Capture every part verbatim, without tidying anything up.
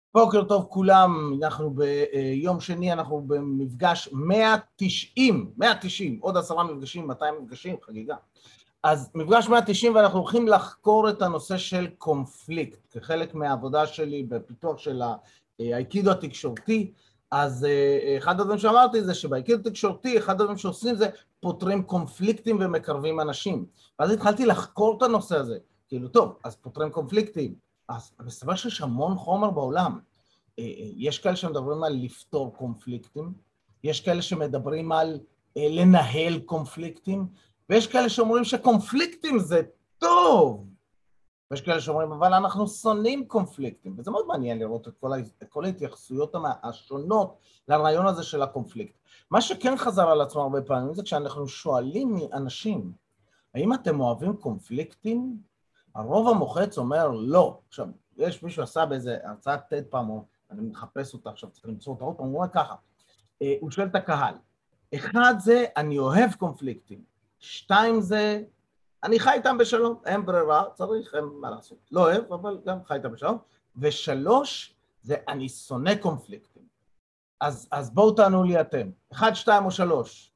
בוקר טוב כולם, אנחנו ביום שני, אנחנו במפגש מאה ותשעים, מאה ותשעים, עוד עשרה מפגשים, מאתיים מפגשים, חגיגה. אז מפגש מאה ותשעים ואנחנו הולכים לחקור את הנושא של קונפליקט, כחלק מהעבודה שלי בפיתוח של האייקידו התקשורתי. אז אחד הדברים שאמרתי זה שבאייקידו התקשורתי, אחד הדברים שעושים זה פותרים קונפליקטים ומקרבים אנשים. ואז התחלתי לחקור את הנושא הזה, כאילו טוב, אז פותרים קונפליקטים. אז מסתבר שיש המון חומר בעולם. יש כאלה שמדברים על לפתור קונפליקטים, יש כאלה שמדברים על לנהל קונפליקטים, ויש כאלה שאומרים שקונפליקטים זה טוב, ויש כאלה שאומרים אבל אנחנו שונאים קונפליקטים, וזה מאוד מעניין לראות את כל, את כל ההתייחסויות השונות לרעיון הזה של הקונפליקט. מה שכן חזר על עצמו הרבה פעמים זה כשאנחנו שואלים מאנשים, האם אתם אוהבים קונפליקטים? הרוב המוחץ אומר לא. עכשיו, יש מישהו עשה באיזה הרצאת טד פעם, אני מחפש אותה עכשיו, צריך למצוא אותה עוד פעם, הוא אומר ככה, הוא שואל את הקהל, אחד זה, אני אוהב קונפליקטים, שתיים זה, אני חי איתם בשלום, אין ברירה, צריך, אין מה לעשות, לא אוהב, אבל גם חי איתם בשלום, ושלוש זה, אני שונא קונפליקטים. אז, אז בואו תענו לי אתם, אחד, שתיים או שלוש,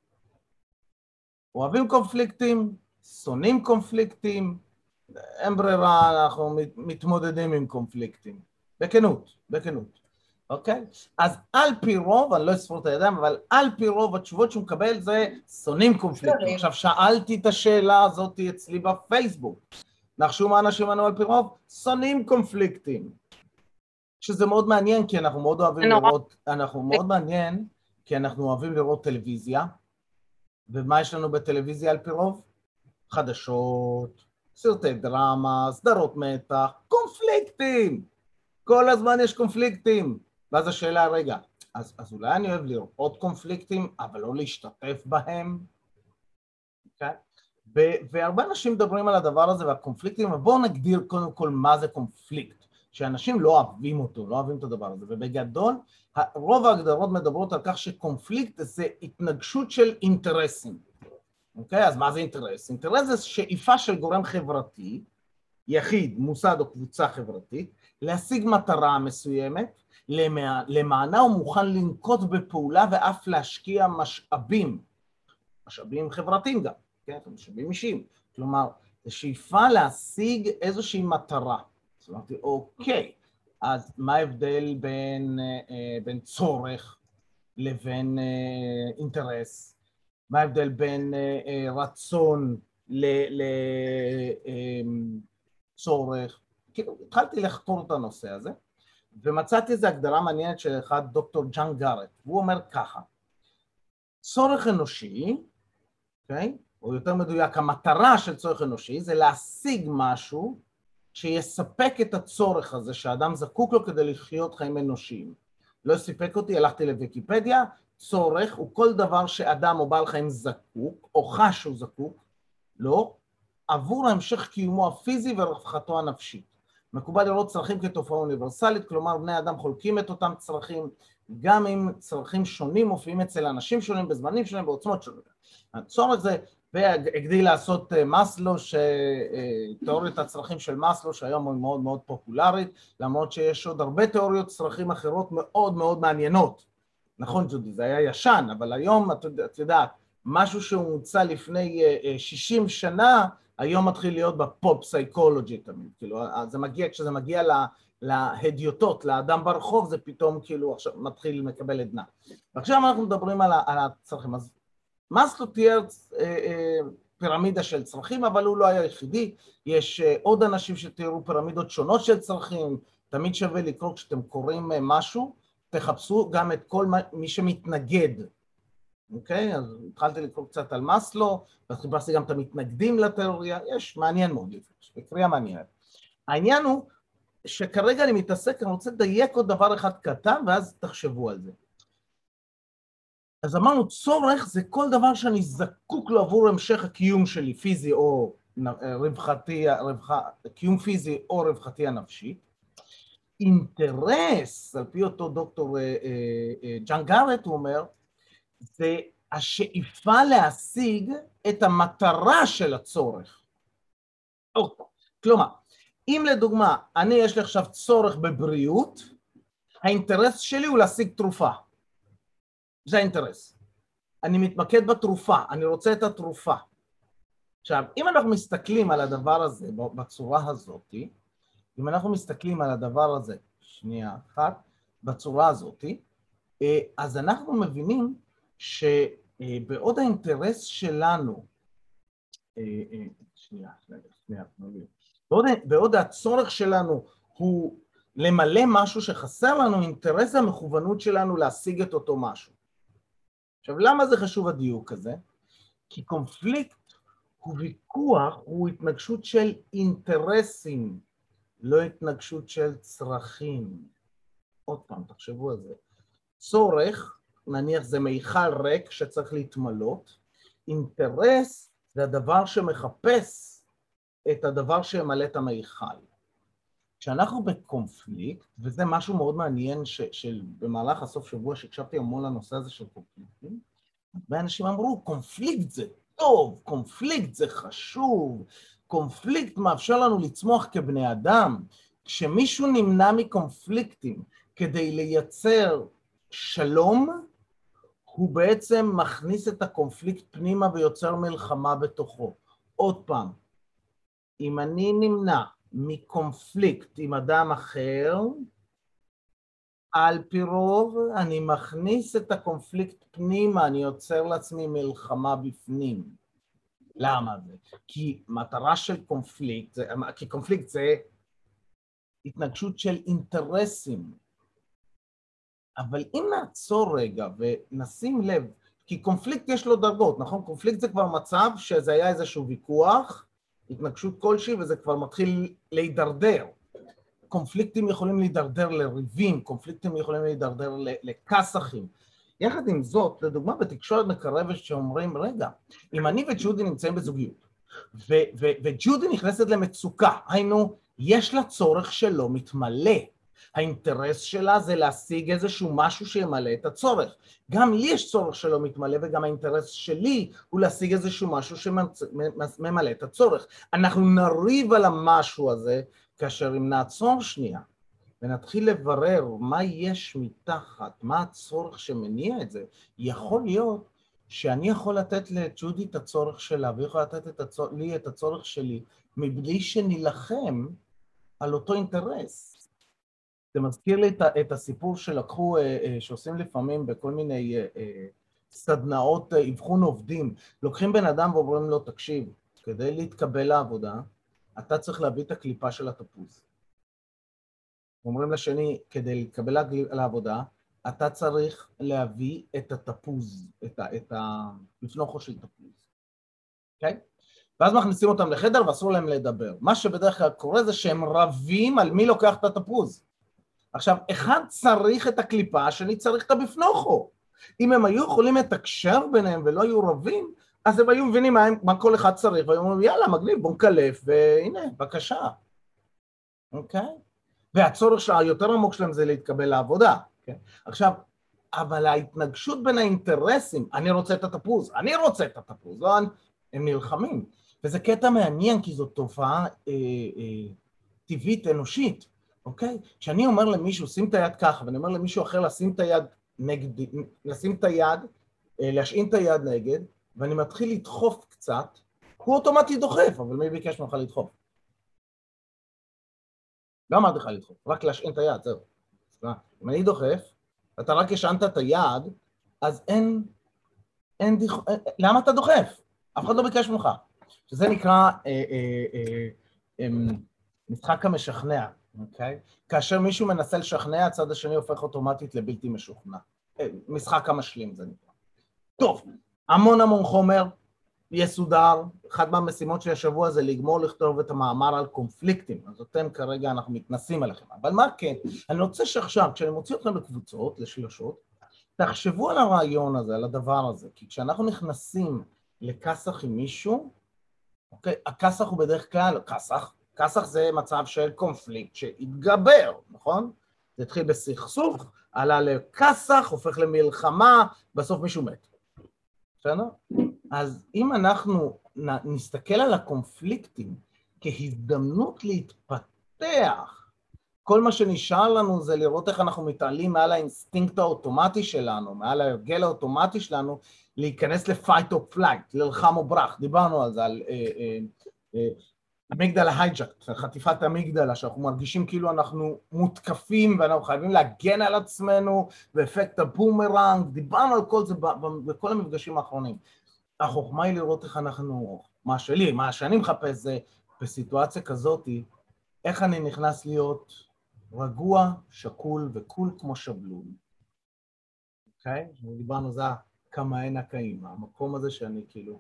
אוהבים קונפליקטים, שונאים קונפליקטים, אין ברירה, אנחנו מתמודדים עם קונפליקטים. בכנות, בכנות. אוקיי? אז על פי רוב, אני לא אספור את הידיים, אבל על פי רוב התשובות שהוא מקבל זה שונאים קונפליקטים. עכשיו, שאלתי את השאלה הזאת אצלי בפייסבוק. נחשו מה אנשים ענו על פי רוב? שונאים קונפליקטים. שזה מאוד מעניין, כי אנחנו מאוד אוהבים לראות, אנחנו מאוד מעניין, כי אנחנו אוהבים לראות טלוויזיה, ומה יש לנו בטלוויזיה על פי רוב? חדשות, סרטי דרמה, סדרות מתח, קונפליקטים. כל הזמן יש קונפליקטים. ואז השאלה, רגע, אז, אז אולי אני אוהב לראות קונפליקטים, אבל לא להשתתף בהם? Okay? והרבה אנשים מדברים על הדבר הזה והקונפליקטים, אבל בואו נגדיר קודם כל מה זה קונפליקט, שאנשים לא אוהבים אותו, לא אוהבים את הדבר הזה, ובגדול, רוב ההגדרות מדברות על כך שקונפליקט זה התנגשות של אינטרסים. אוקיי? אז מה זה אינטרס? אינטרס זה שאיפה של גורם חברתי, יחיד, מוסד או קבוצה חברתית, להשיג מטרה מסוימת, למענה הוא מוכן לנקוט בפעולה ואף להשקיע משאבים, משאבים חברתיים גם, כן? משאבים אישיים. כלומר, זה שאיפה להשיג איזושהי מטרה. זאת אומרת, אוקיי, אז מה ההבדל בין, בין צורך לבין אינטרס? מה ההבדל בין רצון לצורך? כאילו, התחלתי לחקור את הנושא הזה, ומצאתי איזו הגדרה מעניינת של אחד דוקטור ג'אן גארט, והוא אומר ככה, צורך אנושי, אוקיי? או יותר מדויק, המטרה של צורך אנושי זה להשיג משהו שיספק את הצורך הזה שהאדם זקוק לו כדי לחיות חיים אנושיים. לא סיפק אותי, הלכתי לוויקיפדיה, צורך הוא כל דבר שאדם או בעל חיים זקוק, או חש שהוא זקוק, לא, עבור המשך קיומו הפיזי ורווחתו הנפשית. מקובל לראות צרכים כתופעה אוניברסלית, כלומר בני אדם חולקים את אותם צרכים, גם אם צרכים שונים מופיעים אצל אנשים שונים, בזמנים שונים, בעוצמות שונות. הצורך זה, והגדיל לעשות מאסלו, תיאוריית הצרכים של מאסלו, שהיום היא מאוד מאוד פופולרית, למרות שיש עוד הרבה תיאוריות צרכים אחרות מאוד מאוד מעניינות. נכון ג'ודי, זה היה ישן, אבל היום את, את יודעת, משהו שהוא מוצא לפני שישים שנה, היום מתחיל להיות בפופ סייקולוגי תמיד, כאילו, זה מגיע, כשזה מגיע לה, להדיוטות, לאדם ברחוב, זה פתאום כאילו עכשיו מתחיל לקבל עדנה. ועכשיו אנחנו מדברים על, על הצרכים, אז מאסלו תיאר פירמידה של צרכים, אבל הוא לא היה יחידי, יש עוד אנשים שתיארו פירמידות שונות של צרכים, תמיד שווה לקרוא כשאתם קוראים משהו, תחפשו גם את כל מי שמתנגד, אוקיי? אז התחלתי לקרוא קצת על מאסלו, וחיפשתי גם את המתנגדים לתיאוריה, יש, מעניין מאוד, קריאה מעניינת. העניין הוא שכרגע אני מתעסק, אני רוצה לדייק עוד דבר אחד קטן, ואז תחשבו על זה. אז אמרנו, צורך זה כל דבר שאני זקוק לו עבור המשך הקיום שלי, פיזי או רווחתי, רווח, קיום פיזי או רווחתי הנפשי. אינטרס, על פי אותו דוקטור ג'אן גארט, הוא אומר, זה השאיפה להשיג את המטרה של הצורך. כלומר, אם לדוגמה, אני יש לי עכשיו צורך בבריאות, האינטרס שלי הוא להשיג תרופה. זה האינטרס. אני מתמקד בתרופה, אני רוצה את התרופה. עכשיו, אם אנחנו מסתכלים על הדבר הזה בצורה הזאת, אם אנחנו מסתכלים על הדבר הזה, שנייה אחת, בצורה הזאת, אז אנחנו מבינים שבעוד האינטרס שלנו, שנייה, שנייה, בעוד, בעוד הצורך שלנו הוא למלא משהו שחסר לנו, אינטרס המכוונות שלנו להשיג את אותו משהו. עכשיו, למה זה חשוב הדיוק הזה? כי קונפליקט הוא ויכוח, הוא התנגשות של אינטרסים, לא התנגשות של צרכים. עוד פעם, תחשבו על זה. צורך, נניח זה מיכל ריק שצריך להתמלות, אינטרס זה הדבר שמחפש את הדבר שמלא את המיכל. כשאנחנו בקונפליקט, וזה משהו מאוד מעניין ש, של במהלך הסוף שבוע שהקשבתי המון לנושא הזה של קונפליקטים, ואנשים אמרו, קונפליקט זה טוב, קונפליקט זה חשוב, קונפליקט מאפשר לנו לצמוח כבני אדם. כשמישהו נמנע מקונפליקטים כדי לייצר שלום, הוא בעצם מכניס את הקונפליקט פנימה ויוצר מלחמה בתוכו. עוד פעם, אם אני נמנע מקונפליקט עם אדם אחר, על פי רוב אני מכניס את הקונפליקט פנימה, אני יוצר לעצמי מלחמה בפנים. למה זה? כי מטרה של קונפליקט, זה, כי קונפליקט זה התנגשות של אינטרסים. אבל אם נעצור רגע ונשים לב, כי קונפליקט יש לו דרגות, נכון? קונפליקט זה כבר מצב שזה היה איזשהו ויכוח, התנגשות כלשהי, וזה כבר מתחיל להידרדר. קונפליקטים יכולים להידרדר לריבים, קונפליקטים יכולים להידרדר לקסחים. יחד עם זאת, לדוגמה בתקשורת מקרבת שאומרים, רגע, אם אני וג'ודי נמצאים בזוגיות, ו- ו- וג'ודי נכנסת למצוקה, היינו, יש לה צורך שלא מתמלא. האינטרס שלה זה להשיג איזשהו משהו שימלא את הצורך. גם לי יש צורך שלא מתמלא, וגם האינטרס שלי הוא להשיג איזשהו משהו שממלא את הצורך. אנחנו נריב על המשהו הזה, כאשר אם נעצור שנייה, ונתחיל לברר מה יש מתחת, מה הצורך שמניע את זה, יכול להיות שאני יכול לתת לג'ודי את הצורך שלה, והיא יכולה לתת את הצור... לי את הצורך שלי, מבלי שנלחם על אותו אינטרס. זה מזכיר לי את הסיפור שלקחו, שעושים לפעמים בכל מיני סדנאות אבחון עובדים. לוקחים בן אדם ואומרים לו, תקשיב, כדי להתקבל לעבודה, אתה צריך להביא את הקליפה של התפוז. אומרים לשני, כדי להתקבל לעבודה, אתה צריך להביא את התפוז, את המפנוחו של תפוז. אוקיי? ואז מכניסים אותם לחדר ואסור להם לדבר. מה שבדרך כלל קורה זה שהם רבים על מי לוקח את התפוז. עכשיו, אחד צריך את הקליפה, השני צריך את הבפנוכו. אם הם היו יכולים לתקשר ביניהם ולא היו רבים, אז הם היו מבינים מה, מה כל אחד צריך, והיו אומרים, יאללה, מגניב, בוא נקלף, והנה, בבקשה. אוקיי? והצורך היותר עמוק שלהם זה להתקבל לעבודה. כן? עכשיו, אבל ההתנגשות בין האינטרסים, אני רוצה את התפוז, אני רוצה את התפוז, לא, הם נלחמים. וזה קטע מעניין, כי זו תופעה אה, אה, טבעית, אנושית. אוקיי? כשאני אומר למישהו, שים את היד ככה, ואני אומר למישהו אחר לשים את היד נגד, לשים את היד, להשעין את היד נגד, ואני מתחיל לדחוף קצת, הוא אוטומטית דוחף, אבל מי ביקש ממך לדחוף? לא אמרתי לך לדחוף, רק להשעין את היד, זהו. אם אני דוחף, אתה רק השענת את היד, אז אין, אין דחוף, למה אתה דוחף? אף אחד לא ביקש ממך. שזה נקרא אה, אה, אה, אה, משחק המשכנע. אוקיי? כאשר מישהו מנסה לשכנע, הצד השני הופך אוטומטית לבלתי משוכנע. משחק המשלים זה נקרא. טוב, המון המון חומר יסודר. אחת מהמשימות של השבוע זה לגמור לכתוב את המאמר על קונפליקטים. אז אתם כרגע אנחנו מתנסים עליכם. אבל מה כן? אני רוצה שעכשיו, כשאני מוציא אתכם לקבוצות, לשלושות, תחשבו על הרעיון הזה, על הדבר הזה. כי כשאנחנו נכנסים לקסח עם מישהו, אוקיי? הקסח הוא בדרך כלל, קסח, קסח זה מצב של קונפליקט שהתגבר, נכון? זה התחיל בסכסוך, עלה לקסח, הופך למלחמה, בסוף מישהו מת. בסדר? אז אם אנחנו נסתכל על הקונפליקטים כהזדמנות להתפתח כל מה שנשאר לנו זה לראות איך אנחנו מתעלים מעל האינסטינקט האוטומטי שלנו, מעל ההרגל האוטומטי שלנו, להיכנס ל-fight or flight, ללחם או ברח. דיברנו על זה, על אה, אה, אה, אמיגדלה הייג'קט, חטיפת אמיגדלה, שאנחנו מרגישים כאילו אנחנו מותקפים ואנחנו חייבים להגן על עצמנו, ואפקט הבומרנג, דיברנו על כל זה בכל המפגשים האחרונים. החוכמה היא לראות איך אנחנו, מה שלי, מה שאני מחפש זה, בסיטואציה כזאת, איך אני נכנס להיות רגוע, שקול וקול כמו שבלול. אוקיי? דיברנו זה כמה אין הקאים, המקום הזה שאני כאילו,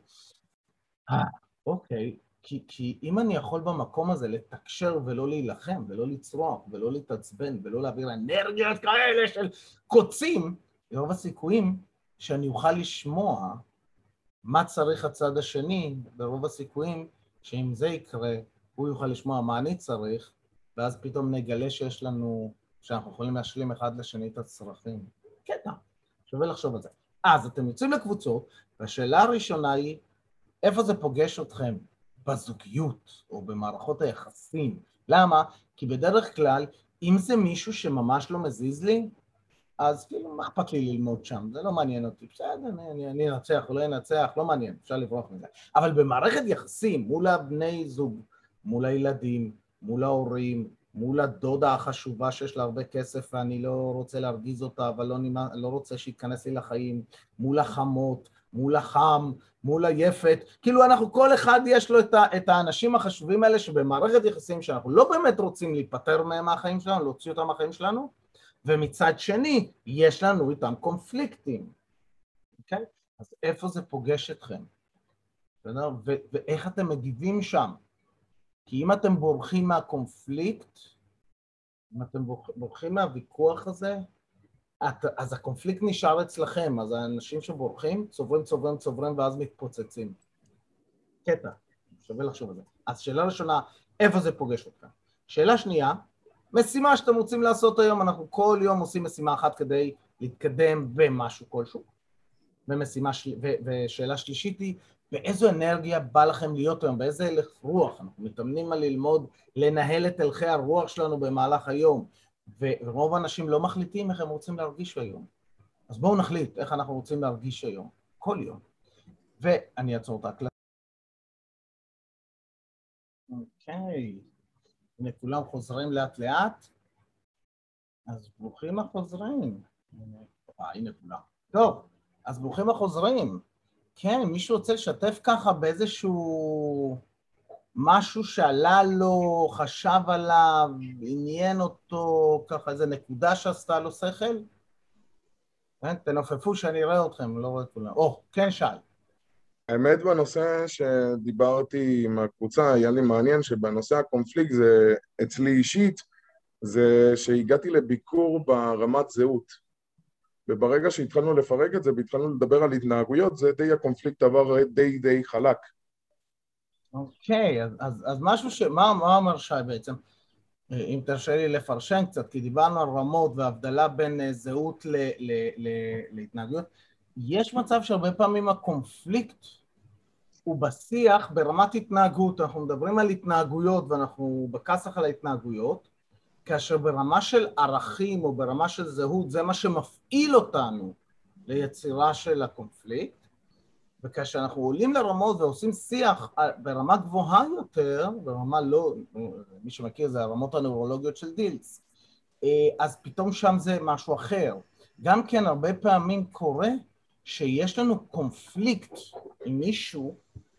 אה, אוקיי, כי, כי אם אני יכול במקום הזה לתקשר ולא להילחם, ולא לצרוח, ולא להתעצבן, ולא להעביר אנרגיות כאלה של קוצים, רוב הסיכויים שאני אוכל לשמוע מה צריך הצד השני, ורוב הסיכויים שאם זה יקרה, הוא יוכל לשמוע מה אני צריך, ואז פתאום נגלה שיש לנו, שאנחנו יכולים להשלים אחד לשני את הצרכים. קטע, שווה לחשוב על זה. אז אתם יוצאים לקבוצות, והשאלה הראשונה היא, איפה זה פוגש אתכם? בזוגיות או במערכות היחסים. למה? כי בדרך כלל, אם זה מישהו שממש לא מזיז לי, אז כאילו, מה אכפת לי ללמוד שם? זה לא מעניין אותי. בסדר, אני, אני, אני אנצח או לא אנצח, לא מעניין, אפשר לברוח מזה. אבל במערכת יחסים, מול הבני זוג, מול הילדים, מול ההורים, מול הדודה החשובה שיש לה הרבה כסף ואני לא רוצה להרגיז אותה, אבל לא, לא רוצה שיתכנס לי לחיים, מול החמות, מול החם, מול היפת, כאילו אנחנו, כל אחד יש לו את, ה, את האנשים החשובים האלה שבמערכת יחסים שאנחנו לא באמת רוצים להיפטר מהם מהחיים שלנו, להוציא אותם מהחיים שלנו, ומצד שני, יש לנו איתם קונפליקטים, אוקיי? אז איפה זה פוגש אתכם? ו- ואיך אתם מגיבים שם? כי אם אתם בורחים מהקונפליקט, אם אתם בורחים מהוויכוח הזה, אז הקונפליקט נשאר אצלכם, אז האנשים שבורחים צוברים, צוברים, צוברים, ואז מתפוצצים. קטע, שווה לחשוב על זה. אז שאלה ראשונה, איפה זה פוגש אתכם? שאלה שנייה, משימה שאתם רוצים לעשות היום, אנחנו כל יום עושים משימה אחת כדי להתקדם במשהו כלשהו, ומשימה של... ו... ושאלה שלישית היא, באיזו אנרגיה בא לכם להיות היום, באיזה הלך רוח, אנחנו מתאמנים על ללמוד, לנהל את הלכי הרוח שלנו במהלך היום, ורוב האנשים לא מחליטים איך הם רוצים להרגיש היום. אז בואו נחליט איך אנחנו רוצים להרגיש היום, כל יום. ואני אעצור את ההקלטה. אוקיי. הנה כולם חוזרים לאט לאט. אז ברוכים החוזרים. אה, הנה כולם. טוב, אז ברוכים החוזרים. כן, מישהו רוצה לשתף ככה באיזשהו משהו שעלה לו, חשב עליו, עניין אותו, ככה איזו נקודה שעשתה לו שכל? כן, תנופפו שאני אראה אתכם, לא רואה כולם. או, כן, שי. האמת בנושא שדיברתי עם הקבוצה, היה לי מעניין שבנושא הקונפליקט זה אצלי אישית, זה שהגעתי לביקור ברמת זהות. וברגע שהתחלנו לפרק את זה והתחלנו לדבר על התנהגויות, זה די הקונפליקט עבר די די חלק. אוקיי, אז, אז, אז משהו ש... מה, מה אומר שי בעצם? אם תרשה לי לפרשן קצת, כי דיברנו על רמות והבדלה בין זהות ל, ל, ל, להתנהגויות, יש מצב שהרבה פעמים הקונפליקט הוא בשיח ברמת התנהגות, אנחנו מדברים על התנהגויות ואנחנו בכסח על ההתנהגויות, כאשר ברמה של ערכים או ברמה של זהות זה מה שמפעיל אותנו ליצירה של הקונפליקט, וכאשר אנחנו עולים לרמות ועושים שיח ברמה גבוהה יותר, ברמה לא, מי שמכיר זה הרמות הנוירולוגיות של דילס, אז פתאום שם זה משהו אחר. גם כן הרבה פעמים קורה שיש לנו קונפליקט עם מישהו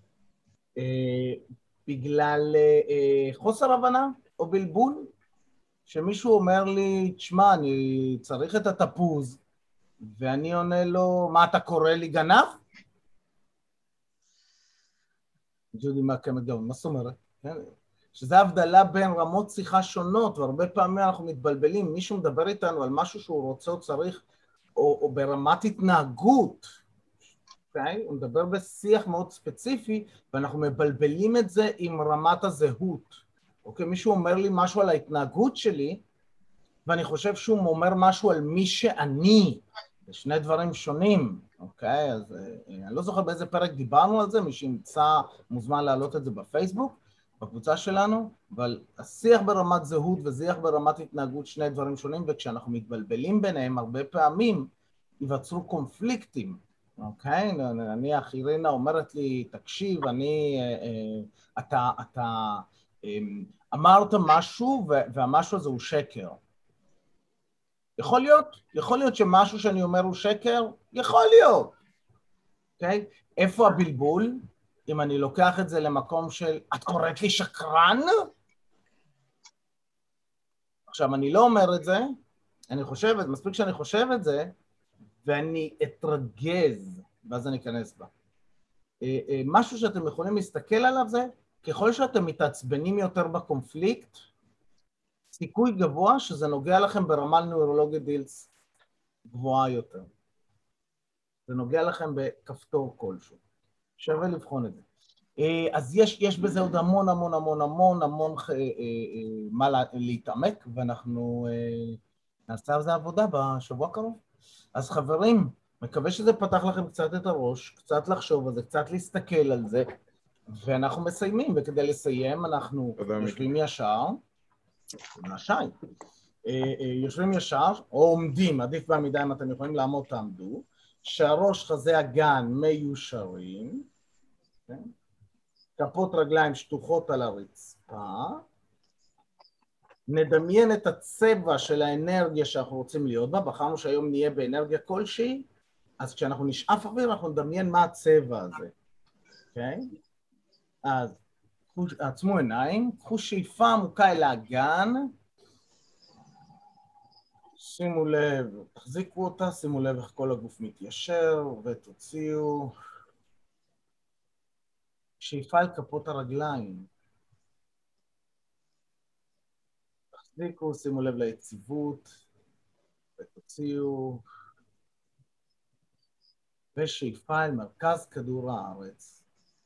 בגלל חוסר הבנה או בלבול, שמישהו אומר לי, תשמע, אני צריך את התפוז, ואני עונה לו, מה אתה קורא לי גנב? ג'ודי מהקמת גאון, מה זאת אומרת? שזה הבדלה בין רמות שיחה שונות, והרבה פעמים אנחנו מתבלבלים, מישהו מדבר איתנו על משהו שהוא רוצה או צריך, או, או ברמת התנהגות, okay? הוא מדבר בשיח מאוד ספציפי, ואנחנו מבלבלים את זה עם רמת הזהות. אוקיי? מישהו אומר לי משהו על ההתנהגות שלי, ואני חושב שהוא אומר משהו על מי שאני, זה שני דברים שונים, אוקיי? אז אני לא זוכר באיזה פרק דיברנו על זה, מי שימצא מוזמן להעלות את זה בפייסבוק, בקבוצה שלנו, אבל השיח ברמת זהות ושיח ברמת התנהגות שני דברים שונים, וכשאנחנו מתבלבלים ביניהם הרבה פעמים ייווצרו קונפליקטים, אוקיי? נניח אירינה אומרת לי, תקשיב, אני, אתה, אתה אמרת משהו והמשהו הזה הוא שקר. יכול להיות, יכול להיות שמשהו שאני אומר הוא שקר, יכול להיות, אוקיי? איפה הבלבול? אם אני לוקח את זה למקום של, את קוראת לי שקרן? עכשיו, אני לא אומר את זה, אני חושב, מספיק שאני חושב את זה, ואני אתרגז, ואז אני אכנס בה. משהו שאתם יכולים להסתכל עליו זה, ככל שאתם מתעצבנים יותר בקונפליקט, סיכוי גבוה שזה נוגע לכם ברמה נוירולוגית דילס גבוהה יותר. זה נוגע לכם בכפתור כלשהו. שווה לבחון את זה. אז יש, יש בזה עוד המון המון המון המון המון מה להתעמק, ואנחנו נעשה על זה עבודה בשבוע הקרוב. אז חברים, מקווה שזה פתח לכם קצת את הראש, קצת לחשוב על זה, קצת להסתכל על זה, ואנחנו מסיימים, וכדי לסיים אנחנו יושבים ישר, נשי, יושבים ישר, או עומדים, עדיף בעמידה אם אתם יכולים לעמוד, תעמדו, שהראש חזה הגן מיושרים, כן? כפות רגליים שטוחות על הרצפה, נדמיין את הצבע של האנרגיה שאנחנו רוצים להיות בה, בחרנו שהיום נהיה באנרגיה כלשהי, אז כשאנחנו נשאף אוויר אנחנו נדמיין מה הצבע הזה, אוקיי? אז עצמו עיניים, קחו שאיפה עמוקה אל האגן, שימו לב, תחזיקו אותה, שימו לב איך כל הגוף מתיישר ותוציאו. שאיפה על כפות הרגליים. תחזיקו, שימו לב ליציבות ותוציאו. ושאיפה על מרכז כדור הארץ.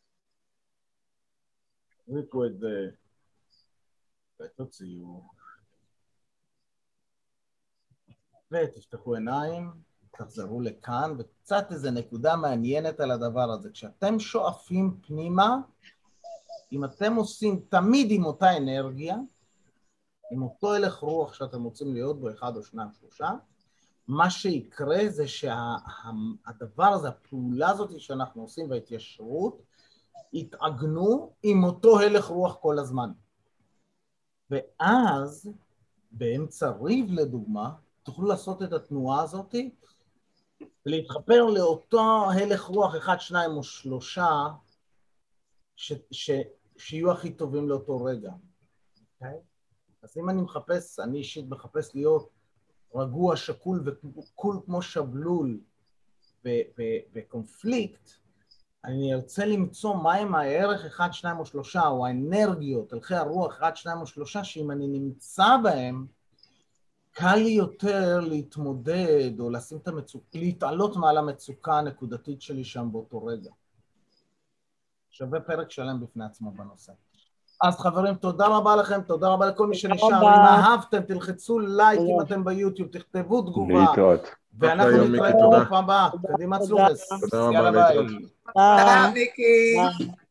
תחזיקו את זה ותוציאו. ותפתחו עיניים, תחזרו לכאן, וקצת איזו נקודה מעניינת על הדבר הזה. כשאתם שואפים פנימה, אם אתם עושים תמיד עם אותה אנרגיה, עם אותו הלך רוח שאתם רוצים להיות בו, אחד או שניים, שלושה, מה שיקרה זה שהדבר הזה, הפעולה הזאת שאנחנו עושים וההתיישרות, יתעגנו עם אותו הלך רוח כל הזמן. ואז, באמצע ריב לדוגמה, תוכלו לעשות את התנועה הזאת, ולהתחבר לאותו הלך רוח אחד, שניים או שלושה, ש, ש, שיהיו הכי טובים לאותו רגע. Okay? אז אם אני מחפש, אני אישית מחפש להיות רגוע, שקול וקול כמו שבלול בקונפליקט, אני ארצה למצוא מהם הערך אחד, שניים או שלושה, או האנרגיות, הלכי הרוח אחד, שניים או שלושה, שאם אני נמצא בהם, קל לי יותר להתמודד או לשים את המצוקה, להתעלות מעל המצוקה הנקודתית שלי שם באותו רגע. שווה פרק שלם בפני עצמו בנושא. אז חברים, תודה רבה לכם, תודה רבה לכל מי שנשאר. אם אהבתם, תלחצו לייק אם אתם ביוטיוב, תכתבו תגובה. להתראות. ואנחנו נתראה בפעם הבאה. קדימה צלוחס. תודה רבה, יאללה ביי. תודה, מיקי.